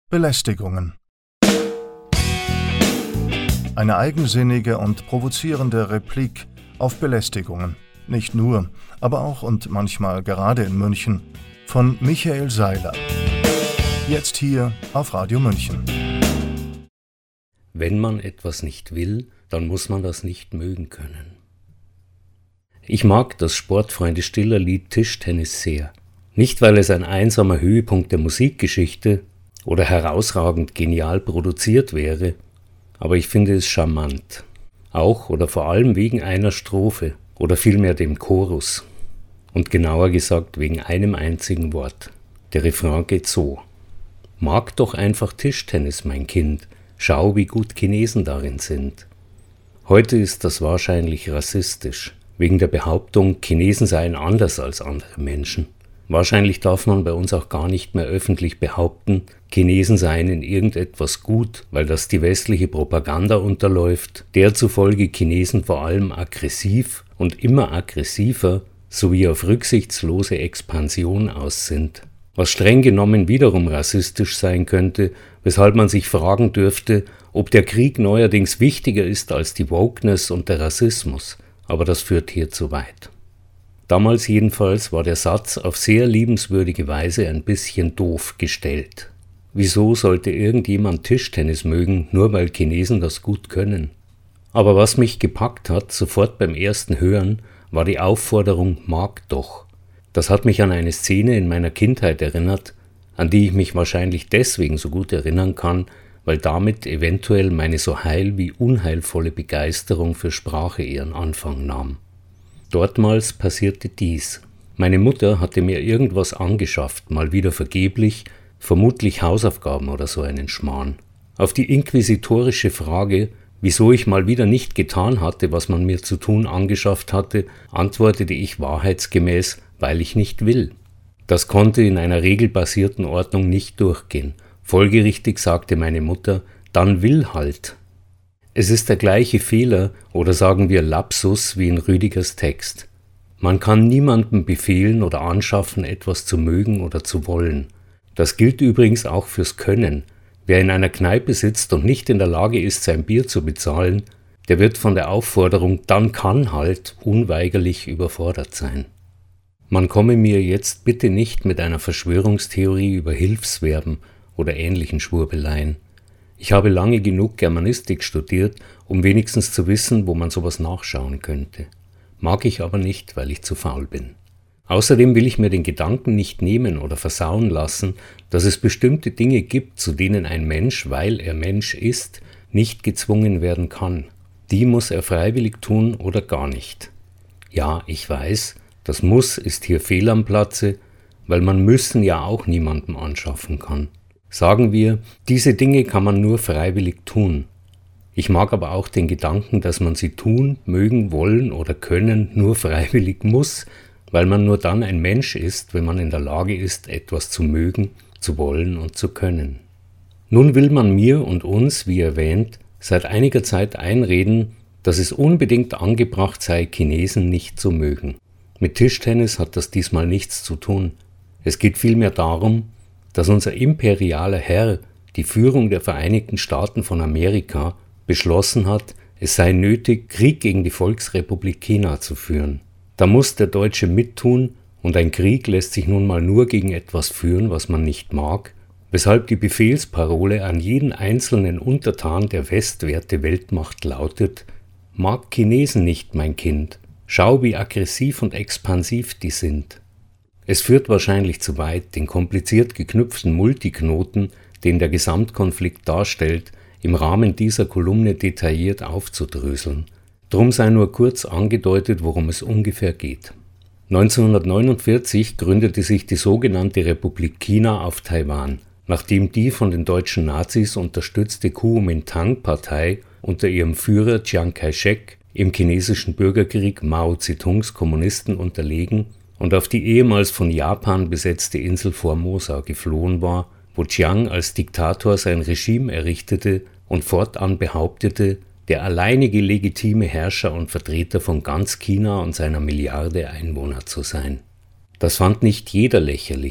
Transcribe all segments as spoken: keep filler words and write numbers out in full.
Belästigungen. Eine eigensinnige und provozierende Replik auf Belästigungen. Nicht nur, aber auch und manchmal gerade in München. Von Michael Seiler. Jetzt hier auf Radio München. Wenn man etwas nicht will, dann muss man das nicht mögen können. Ich mag das Sportfreunde Stiller Lied Tischtennis sehr. Nicht, weil es ein einsamer Höhepunkt der Musikgeschichte oder herausragend genial produziert wäre, aber ich finde es charmant. Auch oder vor allem wegen einer Strophe oder vielmehr dem Chorus. Und genauer gesagt wegen einem einzigen Wort. Der Refrain geht so: Mag doch einfach Tischtennis, mein Kind, schau, wie gut Chinesen darin sind. Heute ist das wahrscheinlich rassistisch, wegen der Behauptung, Chinesen seien anders als andere Menschen. Wahrscheinlich darf man bei uns auch gar nicht mehr öffentlich behaupten, Chinesen seien in irgendetwas gut, weil das die westliche Propaganda unterläuft, der zufolge Chinesen vor allem aggressiv und immer aggressiver sowie auf rücksichtslose Expansion aus sind. Was streng genommen wiederum rassistisch sein könnte, weshalb man sich fragen dürfte, ob der Krieg neuerdings wichtiger ist als die Wokeness und der Rassismus, aber das führt hier zu weit. Damals jedenfalls war der Satz auf sehr liebenswürdige Weise ein bisschen doof gestellt. Wieso sollte irgendjemand Tischtennis mögen, nur weil Chinesen das gut können? Aber was mich gepackt hat, sofort beim ersten Hören, war die Aufforderung „mag doch". Das hat mich an eine Szene in meiner Kindheit erinnert, an die ich mich wahrscheinlich deswegen so gut erinnern kann, weil damit eventuell meine so heil wie unheilvolle Begeisterung für Sprache ihren Anfang nahm. Dortmals passierte dies. Meine Mutter hatte mir irgendwas angeschafft, mal wieder vergeblich, vermutlich Hausaufgaben oder so einen Schmarrn. Auf die inquisitorische Frage, wieso ich mal wieder nicht getan hatte, was man mir zu tun angeschafft hatte, antwortete ich wahrheitsgemäß, weil ich nicht will. Das konnte in einer regelbasierten Ordnung nicht durchgehen. Folgerichtig sagte meine Mutter, dann will halt. Es ist der gleiche Fehler oder sagen wir Lapsus wie in Rüdigers Text. Man kann niemandem befehlen oder anschaffen, etwas zu mögen oder zu wollen. Das gilt übrigens auch fürs Können. Wer in einer Kneipe sitzt und nicht in der Lage ist, sein Bier zu bezahlen, der wird von der Aufforderung „dann kann halt" unweigerlich überfordert sein. Man komme mir jetzt bitte nicht mit einer Verschwörungstheorie über Hilfsverben oder ähnlichen Schwurbeleien. Ich habe lange genug Germanistik studiert, um wenigstens zu wissen, wo man sowas nachschauen könnte. Mag ich aber nicht, weil ich zu faul bin. Außerdem will ich mir den Gedanken nicht nehmen oder versauen lassen, dass es bestimmte Dinge gibt, zu denen ein Mensch, weil er Mensch ist, nicht gezwungen werden kann. Die muss er freiwillig tun oder gar nicht. Ja, ich weiß, das Muss ist hier fehl am Platze, weil man Müssen ja auch niemandem anschaffen kann. Sagen wir, diese Dinge kann man nur freiwillig tun. Ich mag aber auch den Gedanken, dass man sie tun, mögen, wollen oder können nur freiwillig muss, weil man nur dann ein Mensch ist, wenn man in der Lage ist, etwas zu mögen, zu wollen und zu können. Nun will man mir und uns, wie erwähnt, seit einiger Zeit einreden, dass es unbedingt angebracht sei, Chinesen nicht zu mögen. Mit Tischtennis hat das diesmal nichts zu tun. Es geht vielmehr darum, dass unser imperialer Herr, die Führung der Vereinigten Staaten von Amerika, beschlossen hat, es sei nötig, Krieg gegen die Volksrepublik China zu führen. Da muss der Deutsche mittun und ein Krieg lässt sich nun mal nur gegen etwas führen, was man nicht mag, weshalb die Befehlsparole an jeden einzelnen Untertan der westwerte Weltmacht lautet: Mag Chinesen nicht, mein Kind, schau, wie aggressiv und expansiv die sind. Es führt wahrscheinlich zu weit, den kompliziert geknüpften Multiknoten, den der Gesamtkonflikt darstellt, im Rahmen dieser Kolumne detailliert aufzudröseln. Drum sei nur kurz angedeutet, worum es ungefähr geht. neunzehnhundertneunundvierzig gründete sich die sogenannte Republik China auf Taiwan, nachdem die von den deutschen Nazis unterstützte Kuomintang-Partei unter ihrem Führer Chiang Kai-shek im chinesischen Bürgerkrieg Mao Zedongs Kommunisten unterlegen und auf die ehemals von Japan besetzte Insel Formosa geflohen war, wo Chiang als Diktator sein Regime errichtete und fortan behauptete, der alleinige legitime Herrscher und Vertreter von ganz China und seiner Milliarde Einwohner zu sein. Das fand nicht jeder lächerlich.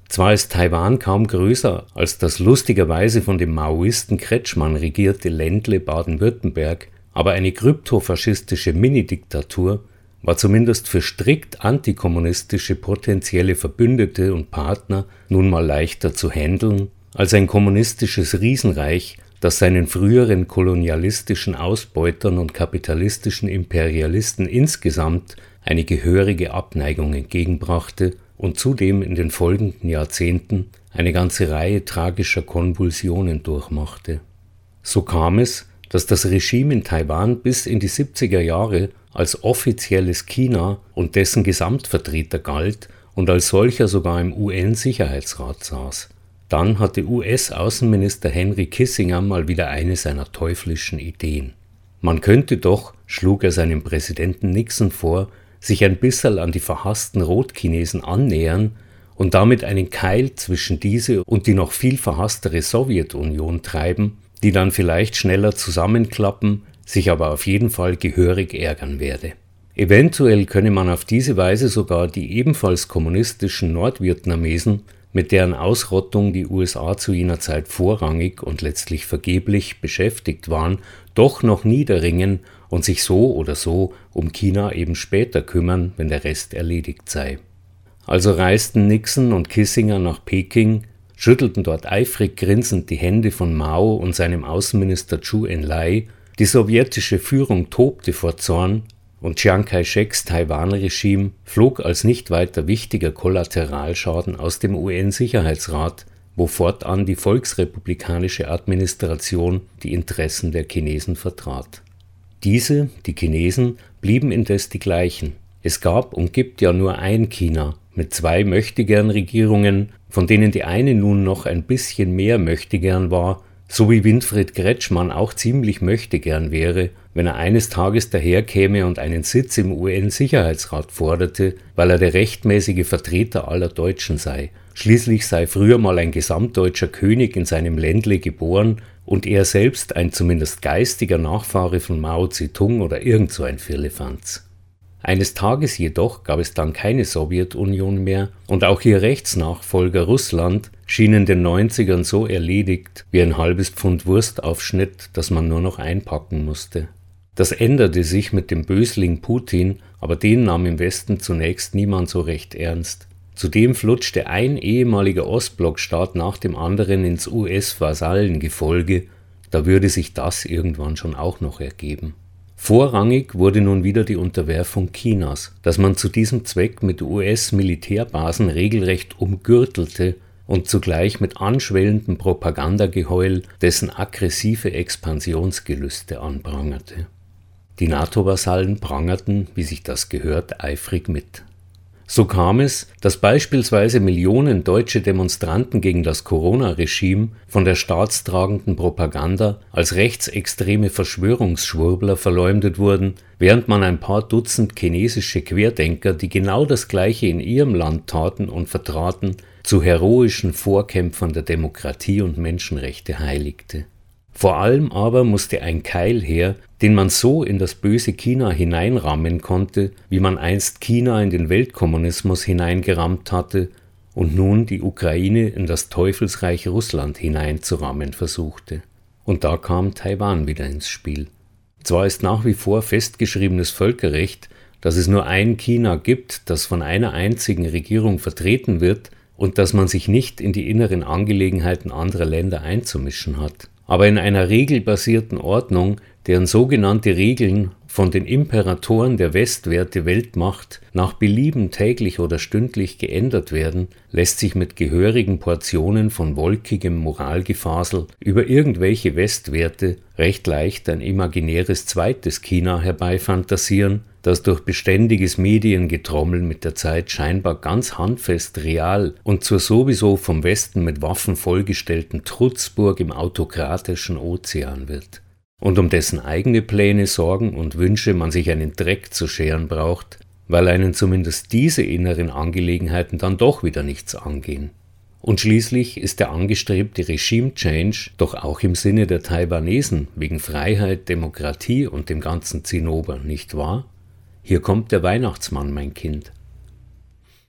Zwar ist Taiwan kaum größer als das lustigerweise von dem Maoisten Kretschmann regierte Ländle Baden-Württemberg, aber eine kryptofaschistische Mini-Diktatur war zumindest für strikt antikommunistische potenzielle Verbündete und Partner nun mal leichter zu handeln als ein kommunistisches Riesenreich, das seinen früheren kolonialistischen Ausbeutern und kapitalistischen Imperialisten insgesamt eine gehörige Abneigung entgegenbrachte und zudem in den folgenden Jahrzehnten eine ganze Reihe tragischer Konvulsionen durchmachte. So kam es, dass das Regime in Taiwan bis in die siebziger Jahre als offizielles China und dessen Gesamtvertreter galt und als solcher sogar im U N-Sicherheitsrat saß. Dann hatte U S-Außenminister Henry Kissinger mal wieder eine seiner teuflischen Ideen. Man könnte doch, schlug er seinem Präsidenten Nixon vor, sich ein bisserl an die verhassten Rotchinesen annähern und damit einen Keil zwischen diese und die noch viel verhasstere Sowjetunion treiben, die dann vielleicht schneller zusammenklappen, sich aber auf jeden Fall gehörig ärgern werde. Eventuell könne man auf diese Weise sogar die ebenfalls kommunistischen Nordvietnamesen, mit deren Ausrottung die U S A zu jener Zeit vorrangig und letztlich vergeblich beschäftigt waren, doch noch niederringen und sich so oder so um China eben später kümmern, wenn der Rest erledigt sei. Also reisten Nixon und Kissinger nach Peking, schüttelten dort eifrig grinsend die Hände von Mao und seinem Außenminister Zhou Enlai, die sowjetische Führung tobte vor Zorn und Chiang Kai-sheks Taiwan-Regime flog als nicht weiter wichtiger Kollateralschaden aus dem U N-Sicherheitsrat, wo fortan die volksrepublikanische Administration die Interessen der Chinesen vertrat. Diese, die Chinesen, blieben indes die gleichen. Es gab und gibt ja nur ein China mit zwei Möchtegern-Regierungen, von denen die eine nun noch ein bisschen mehr Möchtegern war, so wie Winfried Kretschmann auch ziemlich möchtegern wäre, wenn er eines Tages daherkäme und einen Sitz im U N-Sicherheitsrat forderte, weil er der rechtmäßige Vertreter aller Deutschen sei. Schließlich sei früher mal ein gesamtdeutscher König in seinem Ländle geboren und er selbst ein zumindest geistiger Nachfahre von Mao Zedong oder irgend so ein Firlefanz. Eines Tages jedoch gab es dann keine Sowjetunion mehr und auch ihr Rechtsnachfolger Russland schien in den neunzigern so erledigt wie ein halbes Pfund Wurstaufschnitt, das man nur noch einpacken musste. Das änderte sich mit dem Bösling Putin, aber den nahm im Westen zunächst niemand so recht ernst. Zudem flutschte ein ehemaliger Ostblockstaat nach dem anderen ins U S-Vasallengefolge, da würde sich das irgendwann schon auch noch ergeben. Vorrangig wurde nun wieder die Unterwerfung Chinas, das man zu diesem Zweck mit U S-Militärbasen regelrecht umgürtelte und zugleich mit anschwellendem Propagandageheul dessen aggressive Expansionsgelüste anprangerte. Die NATO-Vasallen prangerten, wie sich das gehört, eifrig mit. So kam es, dass beispielsweise Millionen deutsche Demonstranten gegen das Corona-Regime von der staatstragenden Propaganda als rechtsextreme Verschwörungsschwurbler verleumdet wurden, während man ein paar Dutzend chinesische Querdenker, die genau das Gleiche in ihrem Land taten und vertraten, zu heroischen Vorkämpfern der Demokratie und Menschenrechte heiligte. Vor allem aber musste ein Keil her, den man so in das böse China hineinrammen konnte, wie man einst China in den Weltkommunismus hineingerammt hatte und nun die Ukraine in das Teufelsreich Russland hineinzurammen versuchte. Und da kam Taiwan wieder ins Spiel. Zwar ist nach wie vor festgeschriebenes Völkerrecht, dass es nur ein China gibt, das von einer einzigen Regierung vertreten wird und dass man sich nicht in die inneren Angelegenheiten anderer Länder einzumischen hat. Aber in einer regelbasierten Ordnung, deren sogenannte Regeln von den Imperatoren der Westwerte Weltmacht nach Belieben täglich oder stündlich geändert werden, lässt sich mit gehörigen Portionen von wolkigem Moralgefasel über irgendwelche Westwerte recht leicht ein imaginäres zweites China herbeifantasieren, das durch beständiges Mediengetrommel mit der Zeit scheinbar ganz handfest real und zur sowieso vom Westen mit Waffen vollgestellten Trutzburg im autokratischen Ozean wird. Und um dessen eigene Pläne, Sorgen und Wünsche man sich einen Dreck zu scheren braucht, weil einen zumindest diese inneren Angelegenheiten dann doch wieder nichts angehen. Und schließlich ist der angestrebte Regime-Change doch auch im Sinne der Taiwanesen wegen Freiheit, Demokratie und dem ganzen Zinnober, nicht wahr? Hier kommt der Weihnachtsmann, mein Kind.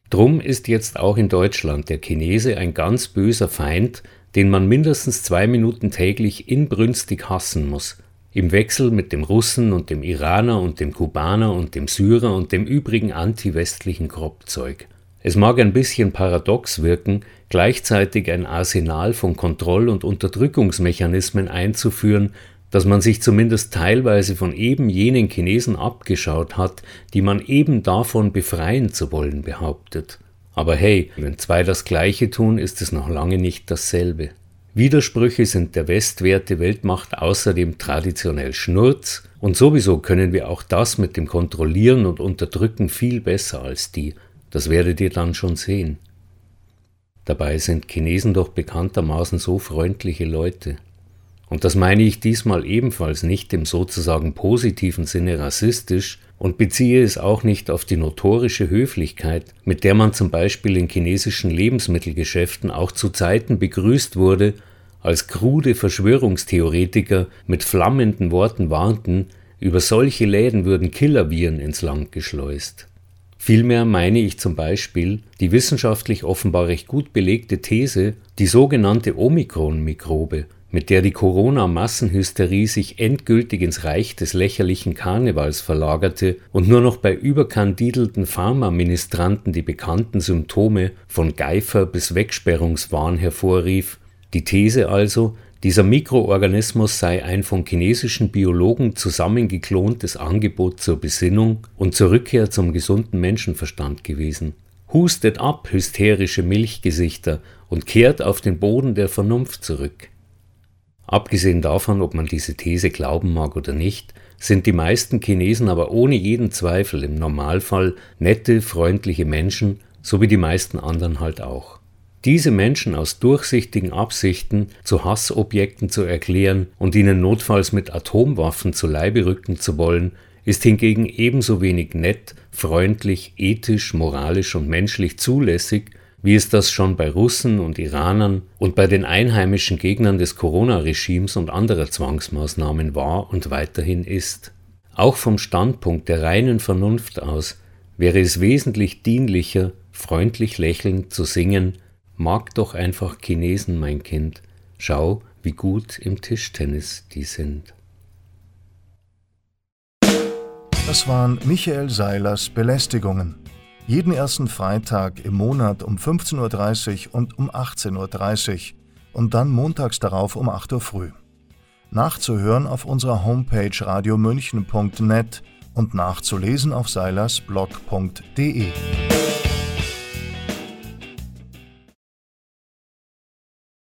Drum ist jetzt auch in Deutschland der Chinese ein ganz böser Feind, den man mindestens zwei Minuten täglich inbrünstig hassen muss. Im Wechsel mit dem Russen und dem Iraner und dem Kubaner und dem Syrer und dem übrigen anti-westlichen Kropfzeug. Es mag ein bisschen paradox wirken, gleichzeitig ein Arsenal von Kontroll- und Unterdrückungsmechanismen einzuführen, dass man sich zumindest teilweise von eben jenen Chinesen abgeschaut hat, die man eben davon befreien zu wollen behauptet. Aber hey, wenn zwei das Gleiche tun, ist es noch lange nicht dasselbe. Widersprüche sind der westwerte Weltmacht außerdem traditionell Schnurz und sowieso können wir auch das mit dem Kontrollieren und Unterdrücken viel besser als die. Das werdet ihr dann schon sehen. Dabei sind Chinesen doch bekanntermaßen so freundliche Leute. Und das meine ich diesmal ebenfalls nicht im sozusagen positiven Sinne rassistisch und beziehe es auch nicht auf die notorische Höflichkeit, mit der man zum Beispiel in chinesischen Lebensmittelgeschäften auch zu Zeiten begrüßt wurde, als krude Verschwörungstheoretiker mit flammenden Worten warnten, über solche Läden würden Killerviren ins Land geschleust. Vielmehr meine ich zum Beispiel die wissenschaftlich offenbar recht gut belegte These, die sogenannte Omikron-Mikrobe, mit der die Corona-Massenhysterie sich endgültig ins Reich des lächerlichen Karnevals verlagerte und nur noch bei überkandidelten Pharmaministranten die bekannten Symptome von Geifer bis Wegsperrungswahn hervorrief. Die These also, dieser Mikroorganismus sei ein von chinesischen Biologen zusammengeklontes Angebot zur Besinnung und zur Rückkehr zum gesunden Menschenverstand gewesen. Hustet ab, hysterische Milchgesichter, und kehrt auf den Boden der Vernunft zurück. Abgesehen davon, ob man diese These glauben mag oder nicht, sind die meisten Chinesen aber ohne jeden Zweifel im Normalfall nette, freundliche Menschen, so wie die meisten anderen halt auch. Diese Menschen aus durchsichtigen Absichten zu Hassobjekten zu erklären und ihnen notfalls mit Atomwaffen zu Leibe rücken zu wollen, ist hingegen ebenso wenig nett, freundlich, ethisch, moralisch und menschlich zulässig, wie es das schon bei Russen und Iranern und bei den einheimischen Gegnern des Corona-Regimes und anderer Zwangsmaßnahmen war und weiterhin ist. Auch vom Standpunkt der reinen Vernunft aus wäre es wesentlich dienlicher, freundlich lächelnd zu singen: Mag doch einfach Chinesen, mein Kind, schau, wie gut im Tischtennis die sind. Das waren Michael Seilers Belästigungen. Jeden ersten Freitag im Monat um fünfzehn Uhr dreißig und um achtzehn Uhr dreißig und dann montags darauf um acht Uhr früh. Nachzuhören auf unserer Homepage radiomünchen punkt net und nachzulesen auf seilersblog punkt de.